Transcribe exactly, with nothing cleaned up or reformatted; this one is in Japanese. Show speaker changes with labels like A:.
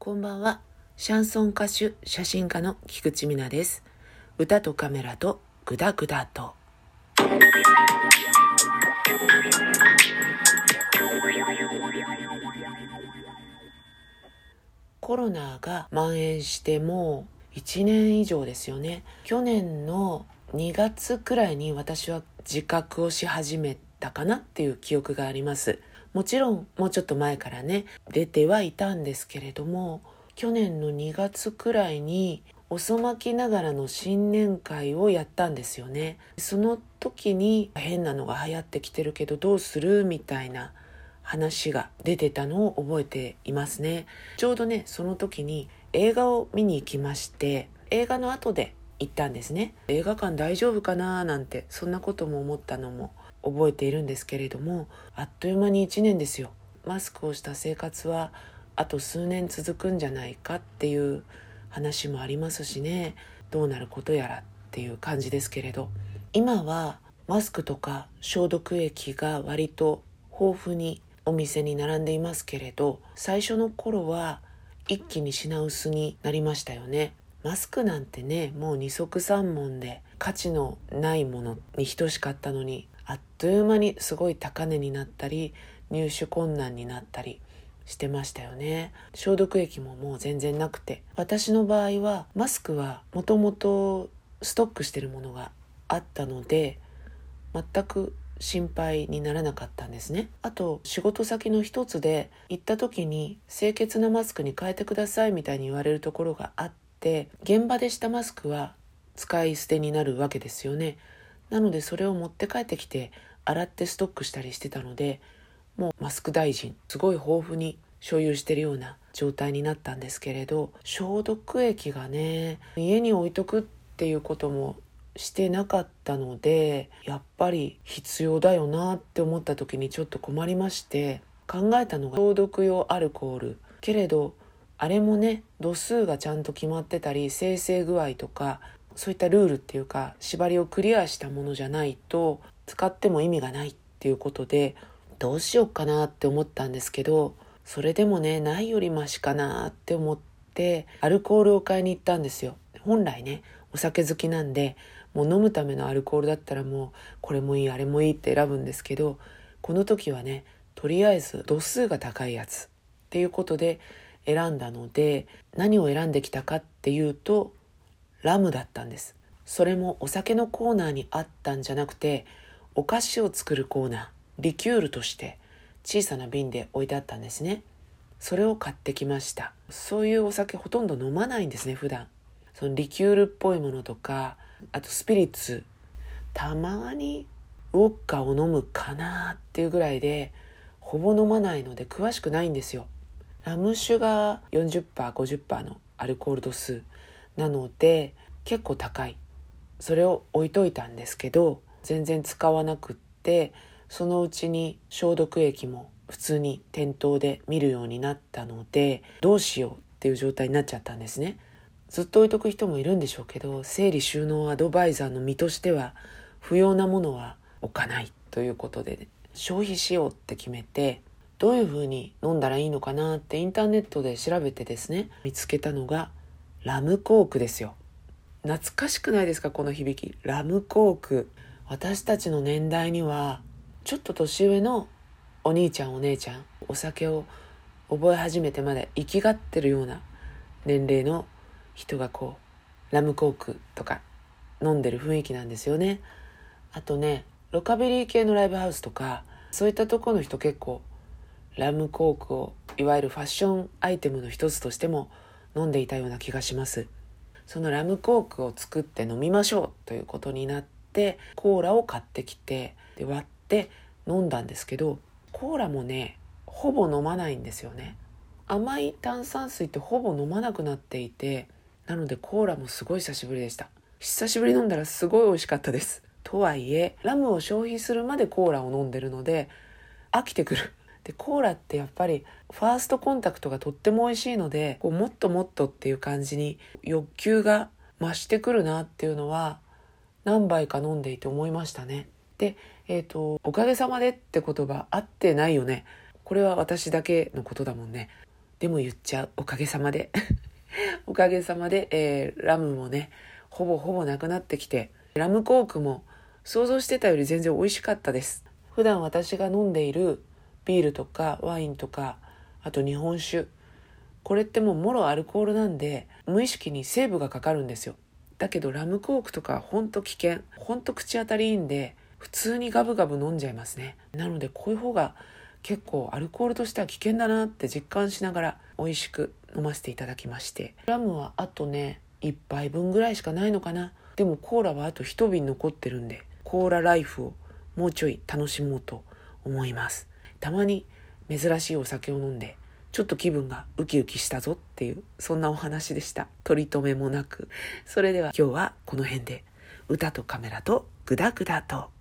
A: こんばんは。シャンソン歌手、写真家の菊池美奈です。歌とカメラとグダグダと。コロナが蔓延してもういちねん以上ですよね。去年のにがつくらいに私は自覚をし始めたかなっていう記憶があります。もちろんもうちょっと前からね出てはいたんですけれども、去年のにがつくらいに遅まきながらの新年会をやったんですよね。その時に変なのが流行ってきてるけどどうするみたいな話が出てたのを覚えていますね。ちょうどねその時に映画を見に行きまして、映画の後で行ったんですね。映画館大丈夫かななんてそんなことも思ったのも覚えているんですけれども、あっという間にいちねんですよ。マスクをした生活はあと数年続くんじゃないかっていう話もありますしね、どうなることやらっていう感じですけれど、今はマスクとか消毒液が割と豊富にお店に並んでいますけれど、最初の頃は一気に品薄になりましたよね。マスクなんてねもう二足三門で価値のないものに等しかったのに、あっという間にすごい高値になったり入手困難になったりしてましたよね。消毒液ももう全然なくて、私の場合はマスクはもともとストックしてるものがあったので全く心配にならなかったんですね。あと仕事先の一つで行った時に清潔なマスクに変えてくださいみたいに言われるところがあって、現場でしたマスクは使い捨てになるわけですよね。なのでそれを持って帰ってきて洗ってストックしたりしてたので、もうマスク大臣すごい豊富に所有してるような状態になったんですけれど、消毒液がね家に置いとくっていうこともしてなかったので、やっぱり必要だよなって思った時にちょっと困りまして、考えたのが消毒用アルコール。けれどあれもね度数がちゃんと決まってたり生成具合とかそういったルールっていうか縛りをクリアしたものじゃないと使っても意味がないっていうことで、どうしようかなって思ったんですけど、それでもねないよりマシかなって思ってアルコールを買いに行ったんですよ。本来ねお酒好きなんでもう飲むためのアルコールだったらもうこれもいいあれもいいって選ぶんですけど、この時はねとりあえず度数が高いやつっていうことで選んだので、何を選んできたかっていうとラムだったんです。それもお酒のコーナーにあったんじゃなくて、お菓子を作るコーナー、リキュールとして小さな瓶で置いてあったんですね。それを買ってきました。そういうお酒ほとんど飲まないんですね普段。そのリキュールっぽいものとか、あとスピリッツ、たまにウォッカを飲むかなっていうぐらいでほぼ飲まないので詳しくないんですよ。ラム酒が よんじゅっパーセントごじゅっパーセント のアルコール度数なので結構高い。それを置いといたんですけど全然使わなくって、そのうちに消毒液も普通に店頭で見るようになったので、どうしようっていう状態になっちゃったんですね。ずっと置いとく人もいるんでしょうけど、整理収納アドバイザーの身としては不要なものは置かないということで、ね、消費しようって決めて、どういう風に飲んだらいいのかなってインターネットで調べてですね、見つけたのがラムコークですよ。懐かしくないですかこの響き。ラムコーク。私たちの年代にはちょっと年上のお兄ちゃんお姉ちゃん、お酒を覚え始めてまで生きがってるような年齢の人がこうラムコークとか飲んでる雰囲気なんですよね。あとねロカビリー系のライブハウスとかそういったところの人結構ラムコークをいわゆるファッションアイテムの一つとしても飲んでいたような気がします。そのラムコークを作って飲みましょうということになってコーラを買ってきてで割って飲んだんですけど、コーラもねほぼ飲まないんですよね。甘い炭酸水ってほぼ飲まなくなっていて、なのでコーラもすごい久しぶりでした。久しぶりに飲んだらすごい美味しかったです。とはいえラムを消費するまでコーラを飲んでるので飽きてくる。でコーラってやっぱりファーストコンタクトがとっても美味しいので、こうもっともっとっていう感じに欲求が増してくるなっていうのは何杯か飲んでいて思いましたね。で、えーと、おかげさまでって言葉合ってないよね。これは私だけのことだもんね。 でも言っちゃう、おかげさまでおかげさまで、えー、ラムもねほぼほぼなくなってきて、ラムコークも想像してたより全然美味しかったです。普段私が飲んでいるビールとかワインとか、あと日本酒、これってもうもろアルコールなんで無意識にセーブがかかるんですよ。だけどラムコークとかほんと危険、ほんと口当たりいいんで普通にガブガブ飲んじゃいますね。なのでこういう方が結構アルコールとしては危険だなって実感しながら美味しく飲ませていただきまして、ラムはあとねいっぱいぶんぐらいしかないのかな。でもコーラはあといちびん残ってるんで、コーラライフをもうちょい楽しもうと思います。たまに珍しいお酒を飲んでちょっと気分がウキウキしたぞっていう、そんなお話でした。取り留めもなく。それでは今日はこの辺で、歌とカメラとグダグダと。